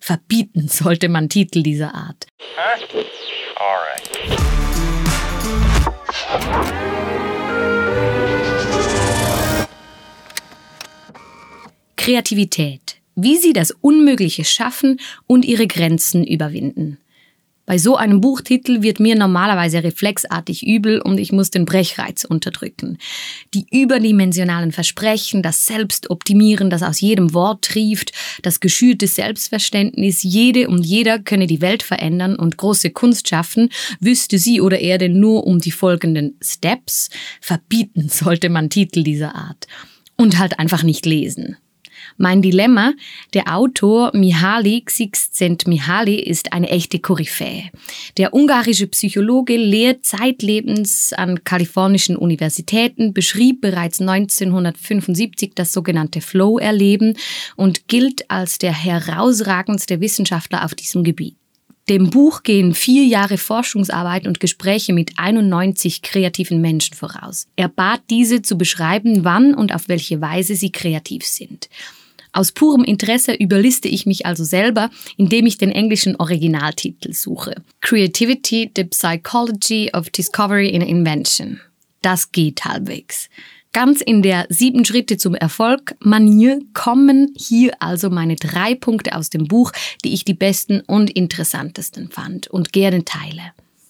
Verbieten sollte man Titel dieser Art. Alright. Kreativität. Wie sie das Unmögliche schaffen und ihre Grenzen überwinden. Bei so einem Buchtitel wird mir normalerweise reflexartig übel und ich muss den Brechreiz unterdrücken. Die überdimensionalen Versprechen, das Selbstoptimieren, das aus jedem Wort trieft, das geschürte Selbstverständnis, jede und jeder könne die Welt verändern und große Kunst schaffen, wüsste sie oder er denn nur um die folgenden Steps. Verbieten sollte man Titel dieser Art. Und halt einfach nicht lesen. Mein Dilemma, der Autor Mihaly Csikszentmihalyi ist eine echte Koryphäe. Der ungarische Psychologe lehrt zeitlebens an kalifornischen Universitäten, beschrieb bereits 1975 das sogenannte Flow-Erleben und gilt als der herausragendste Wissenschaftler auf diesem Gebiet. Dem Buch gehen 4 Jahre Forschungsarbeit und Gespräche mit 91 kreativen Menschen voraus. Er bat diese zu beschreiben, wann und auf welche Weise sie kreativ sind. Aus purem Interesse überliste ich mich also selber, indem ich den englischen Originaltitel suche. Creativity, the Psychology of Discovery and Invention. Das geht halbwegs. Ganz in der 7 Schritte zum Erfolg Manier kommen hier also meine 3 Punkte aus dem Buch, die ich die besten und interessantesten fand und gerne teile.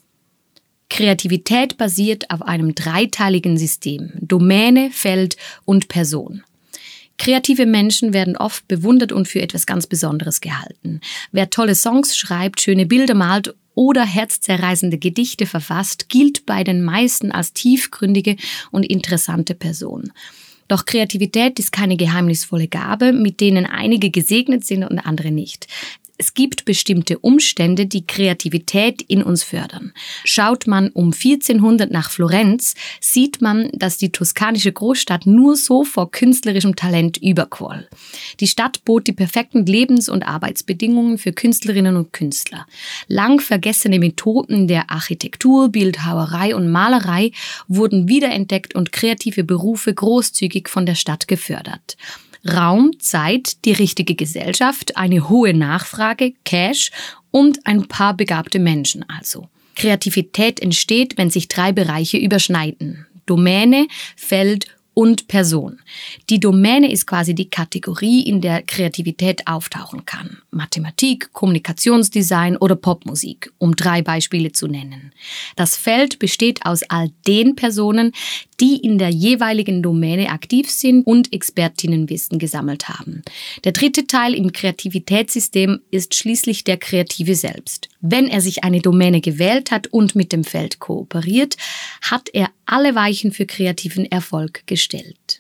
Kreativität basiert auf einem dreiteiligen System: Domäne, Feld und Person. Kreative Menschen werden oft bewundert und für etwas ganz Besonderes gehalten. Wer tolle Songs schreibt, schöne Bilder malt oder herzzerreißende Gedichte verfasst, gilt bei den meisten als tiefgründige und interessante Person. Doch Kreativität ist keine geheimnisvolle Gabe, mit denen einige gesegnet sind und andere nicht. Es gibt bestimmte Umstände, die Kreativität in uns fördern. Schaut man um 1400 nach Florenz, sieht man, dass die toskanische Großstadt nur so vor künstlerischem Talent überquoll. Die Stadt bot die perfekten Lebens- und Arbeitsbedingungen für Künstlerinnen und Künstler. Lang vergessene Methoden der Architektur, Bildhauerei und Malerei wurden wiederentdeckt und kreative Berufe großzügig von der Stadt gefördert. Raum, Zeit, die richtige Gesellschaft, eine hohe Nachfrage, Cash und ein paar begabte Menschen also. Kreativität entsteht, wenn sich 3 Bereiche überschneiden: Domäne, Feld und Person. Die Domäne ist quasi die Kategorie, in der Kreativität auftauchen kann. Mathematik, Kommunikationsdesign oder Popmusik, um 3 Beispiele zu nennen. Das Feld besteht aus all den Personen, die in der jeweiligen Domäne aktiv sind und Expertinnenwissen gesammelt haben. Der 3. Teil im Kreativitätssystem ist schließlich der Kreative selbst. Wenn er sich eine Domäne gewählt hat und mit dem Feld kooperiert, hat er alle Weichen für kreativen Erfolg gestellt.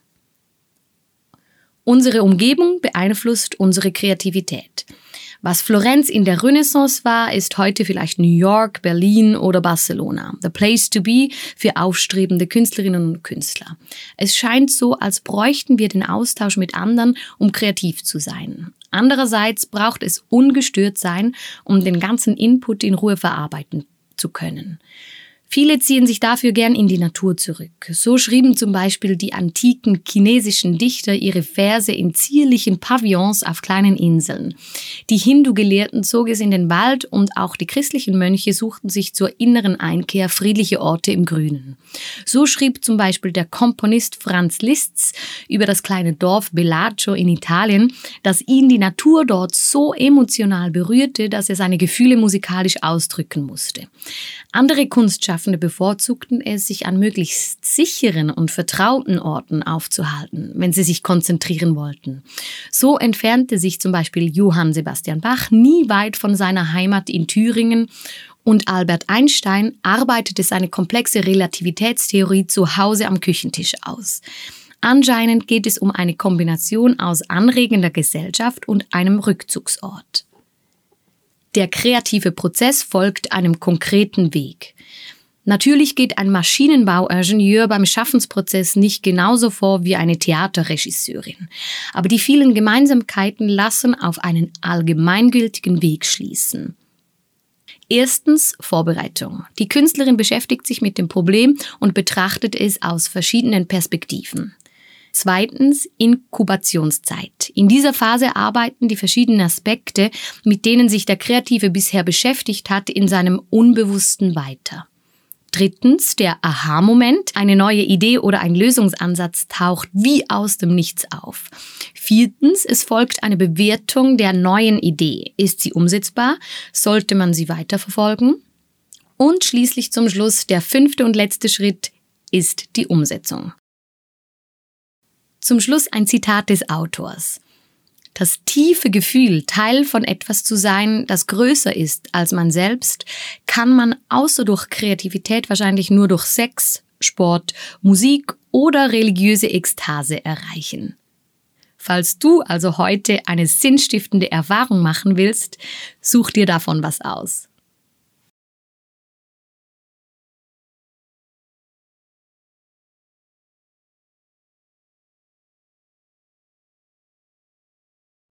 Unsere Umgebung beeinflusst unsere Kreativität. Was Florenz in der Renaissance war, ist heute vielleicht New York, Berlin oder Barcelona. The place to be für aufstrebende Künstlerinnen und Künstler. Es scheint so, als bräuchten wir den Austausch mit anderen, um kreativ zu sein. Andererseits braucht es ungestört sein, um den ganzen Input in Ruhe verarbeiten zu können. Viele ziehen sich dafür gern in die Natur zurück. So schrieben zum Beispiel die antiken chinesischen Dichter ihre Verse in zierlichen Pavillons auf kleinen Inseln. Die Hindu-Gelehrten zogen es in den Wald und auch die christlichen Mönche suchten sich zur inneren Einkehr friedliche Orte im Grünen. So schrieb zum Beispiel der Komponist Franz Liszt über das kleine Dorf Bellagio in Italien, dass ihn die Natur dort so emotional berührte, dass er seine Gefühle musikalisch ausdrücken musste. Andere Kunstschaffende bevorzugten es, sich an möglichst sicheren und vertrauten Orten aufzuhalten, wenn sie sich konzentrieren wollten. So entfernte sich zum Beispiel Johann Sebastian Bach nie weit von seiner Heimat in Thüringen und Albert Einstein arbeitete seine komplexe Relativitätstheorie zu Hause am Küchentisch aus. Anscheinend geht es um eine Kombination aus anregender Gesellschaft und einem Rückzugsort. Der kreative Prozess folgt einem konkreten Weg. Natürlich geht ein Maschinenbauingenieur beim Schaffensprozess nicht genauso vor wie eine Theaterregisseurin. Aber die vielen Gemeinsamkeiten lassen auf einen allgemeingültigen Weg schließen. Erstens Vorbereitung. Die Künstlerin beschäftigt sich mit dem Problem und betrachtet es aus verschiedenen Perspektiven. 2. Inkubationszeit. In dieser Phase arbeiten die verschiedenen Aspekte, mit denen sich der Kreative bisher beschäftigt hat, in seinem Unbewussten weiter. 3. Der Aha-Moment. Eine neue Idee oder ein Lösungsansatz taucht wie aus dem Nichts auf. 4. Es folgt eine Bewertung der neuen Idee. Ist sie umsetzbar? Sollte man sie weiterverfolgen? Und schließlich zum Schluss der 5. und letzte Schritt ist die Umsetzung. Zum Schluss ein Zitat des Autors. Das tiefe Gefühl, Teil von etwas zu sein, das größer ist als man selbst, kann man außer durch Kreativität wahrscheinlich nur durch Sex, Sport, Musik oder religiöse Ekstase erreichen. Falls du also heute eine sinnstiftende Erfahrung machen willst, such dir davon was aus.